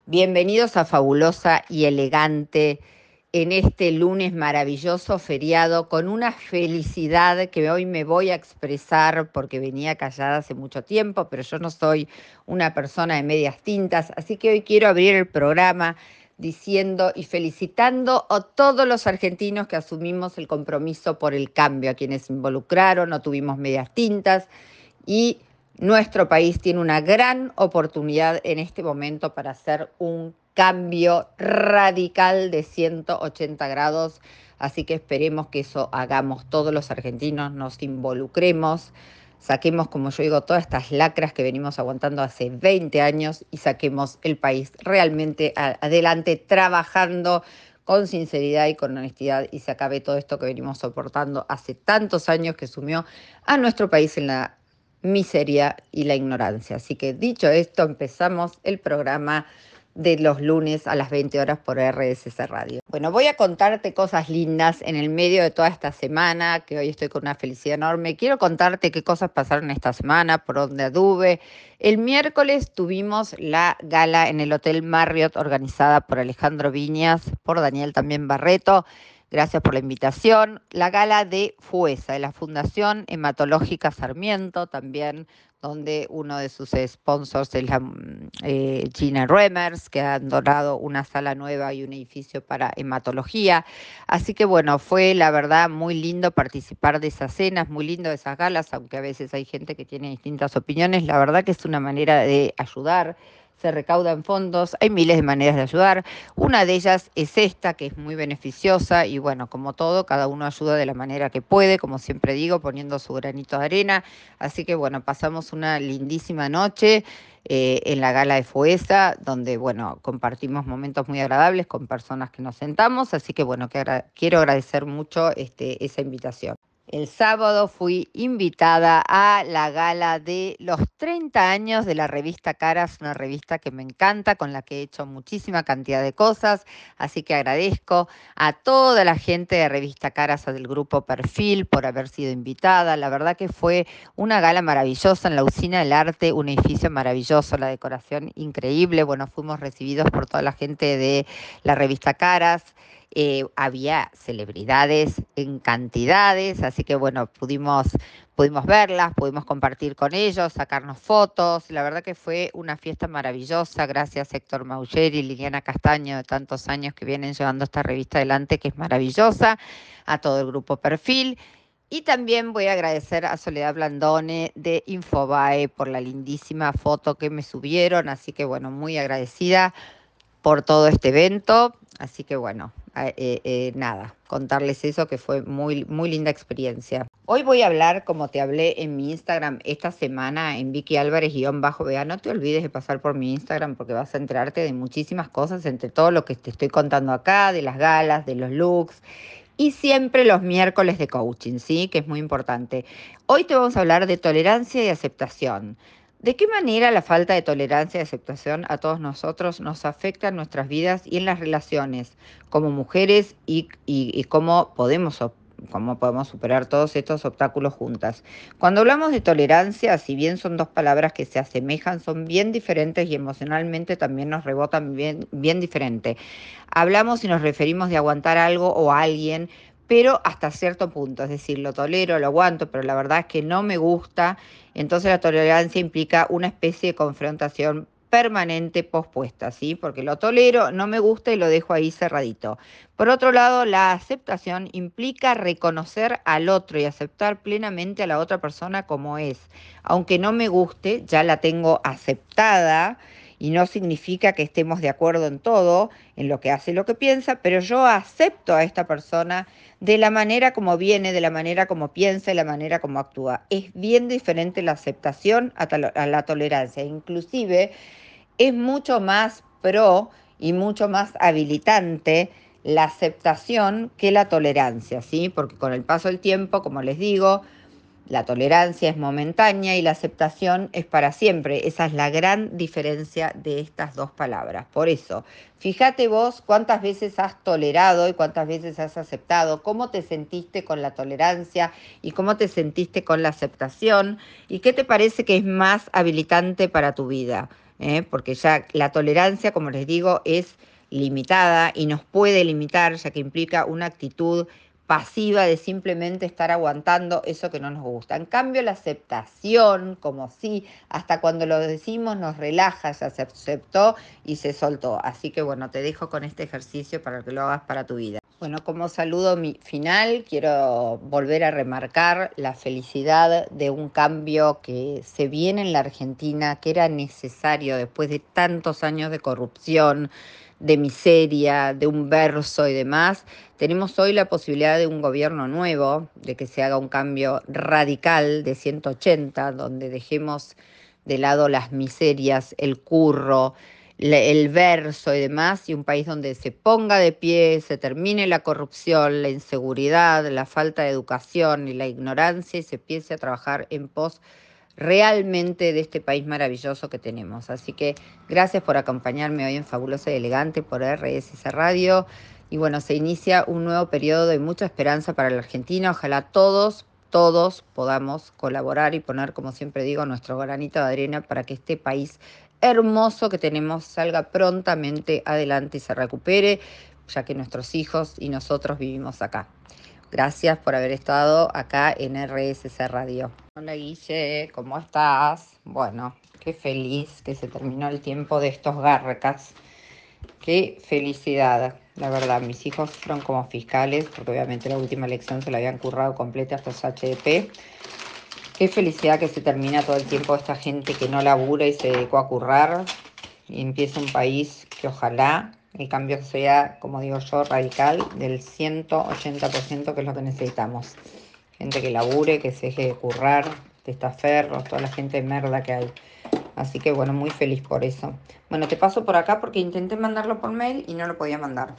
Bienvenidos a Fabulosa y Elegante en este lunes maravilloso feriado con una felicidad que hoy me voy a expresar porque venía callada hace mucho tiempo, pero yo no soy una persona de medias tintas, así que hoy quiero abrir el programa diciendo y felicitando a todos los argentinos que asumimos el compromiso por el cambio, a quienes se involucraron, no tuvimos medias tintas y nuestro país tiene una gran oportunidad en este momento para hacer un cambio radical de 180 grados, así que esperemos que eso hagamos todos los argentinos, nos involucremos, saquemos, como yo digo, todas estas lacras que venimos aguantando hace 20 años y saquemos el país realmente adelante trabajando con sinceridad y con honestidad y se acabe todo esto que venimos soportando hace tantos años que sumió a nuestro país en la miseria y la ignorancia. Así que dicho esto, empezamos el programa de los lunes a las 20 horas por RSC Radio. Bueno, voy a contarte cosas lindas en el medio de toda esta semana, que hoy estoy con una felicidad enorme. Quiero contarte qué cosas pasaron esta semana, por dónde anduve. El miércoles tuvimos la gala en el Hotel Marriott organizada por Alejandro Viñas, por Daniel también Barreto. Gracias por la invitación. La gala de FUESA, de la Fundación Hematológica Sarmiento, también donde uno de sus sponsors es la Gina Remers, que han donado una sala nueva y un edificio para hematología. Así que bueno, fue la verdad muy lindo participar de esas cenas, muy lindo de esas galas, aunque a veces hay gente que tiene distintas opiniones. La verdad que es una manera de ayudar. Se recaudan fondos, hay miles de maneras de ayudar. Una de ellas es esta, que es muy beneficiosa y bueno, como todo, cada uno ayuda de la manera que puede, como siempre digo, poniendo su granito de arena. Así que bueno, pasamos una lindísima noche en la gala de FUESA, donde bueno, compartimos momentos muy agradables con personas que nos sentamos. Así que bueno, quiero agradecer mucho esa invitación. El sábado fui invitada a la gala de los 30 años de la revista Caras, una revista que me encanta, con la que he hecho muchísima cantidad de cosas, así que agradezco a toda la gente de Revista Caras, del grupo Perfil, por haber sido invitada. La verdad que fue una gala maravillosa en la Usina del Arte, un edificio maravilloso, la decoración increíble. Bueno, fuimos recibidos por toda la gente de la revista Caras. Había celebridades en cantidades, así que bueno, pudimos verlas, pudimos compartir con ellos, sacarnos fotos. La verdad que fue una fiesta maravillosa. Gracias Héctor Mauger y Liliana Castaño, de tantos años que vienen llevando esta revista adelante, que es maravillosa, a todo el grupo Perfil. Y también voy a agradecer a Soledad Blandone de Infobae por la lindísima foto que me subieron, así que bueno, muy agradecida por todo este evento. Así que bueno, nada, contarles eso, que fue muy, muy linda experiencia. Hoy voy a hablar, como te hablé en mi Instagram esta semana, en Vicky Álvarez-BA. No te olvides de pasar por mi Instagram porque vas a enterarte de muchísimas cosas, entre todo lo que te estoy contando acá, de las galas, de los looks. Y siempre los miércoles de coaching, ¿sí? Que es muy importante. Hoy te vamos a hablar de tolerancia y aceptación. ¿De qué manera la falta de tolerancia y aceptación a todos nosotros nos afecta en nuestras vidas y en las relaciones como mujeres y cómo podemos superar todos estos obstáculos juntas? Cuando hablamos de tolerancia, si bien son dos palabras que se asemejan, son bien diferentes y emocionalmente también nos rebotan bien, bien diferente. Hablamos y nos referimos de aguantar algo o a alguien, pero hasta cierto punto, es decir, lo tolero, lo aguanto, pero la verdad es que no me gusta. Entonces la tolerancia implica una especie de confrontación permanente pospuesta, ¿sí? Porque lo tolero, no me gusta y lo dejo ahí cerradito. Por otro lado, la aceptación implica reconocer al otro y aceptar plenamente a la otra persona como es. Aunque no me guste, ya la tengo aceptada y no significa que estemos de acuerdo en todo, en lo que hace y lo que piensa, pero yo acepto a esta persona de la manera como viene, de la manera como piensa y la manera como actúa. Es bien diferente la aceptación a la tolerancia. Inclusive es mucho más pro y mucho más habilitante la aceptación que la tolerancia, ¿sí? Porque con el paso del tiempo, como les digo, la tolerancia es momentánea y la aceptación es para siempre. Esa es la gran diferencia de estas dos palabras. Por eso, fíjate vos cuántas veces has tolerado y cuántas veces has aceptado, cómo te sentiste con la tolerancia y cómo te sentiste con la aceptación y qué te parece que es más habilitante para tu vida. porque ya la tolerancia, como les digo, es limitada y nos puede limitar, ya que implica una actitud pasiva de simplemente estar aguantando eso que no nos gusta. En cambio, la aceptación, como si hasta cuando lo decimos nos relaja, ya se aceptó y se soltó. Así que bueno, te dejo con este ejercicio para que lo hagas para tu vida. Bueno, como saludo final, quiero volver a remarcar la felicidad de un cambio que se viene en la Argentina, que era necesario después de tantos años de corrupción, de miseria, de un verso y demás. Tenemos hoy la posibilidad de un gobierno nuevo, de que se haga un cambio radical de 180, donde dejemos de lado las miserias, el curro, el verso y demás, y un país donde se ponga de pie, se termine la corrupción, la inseguridad, la falta de educación y la ignorancia y se empiece a trabajar en pos realmente de este país maravilloso que tenemos. Así que gracias por acompañarme hoy en Fabulosa y Elegante por RSC Radio. Y bueno, se inicia un nuevo periodo de mucha esperanza para la Argentina. Ojalá todos podamos colaborar y poner, como siempre digo, nuestro granito de arena para que este país hermoso que tenemos salga prontamente adelante y se recupere, ya que nuestros hijos y nosotros vivimos acá. Gracias por haber estado acá en RSC Radio. Hola Guille, ¿cómo estás? Bueno, qué feliz que se terminó el tiempo de estos garcas. Qué felicidad, la verdad. Mis hijos fueron como fiscales, porque obviamente la última elección se la habían currado completa a estos HDP. Qué felicidad que se termina todo el tiempo esta gente que no labura y se dedicó a currar y empieza un país que ojalá el cambio sea, como digo yo, radical del 180%, que es lo que necesitamos. Gente que labure, que se deje de currar, testaferros, toda la gente de merda que hay. Así que bueno, muy feliz por eso. Bueno, te paso por acá porque intenté mandarlo por mail y no lo podía mandar.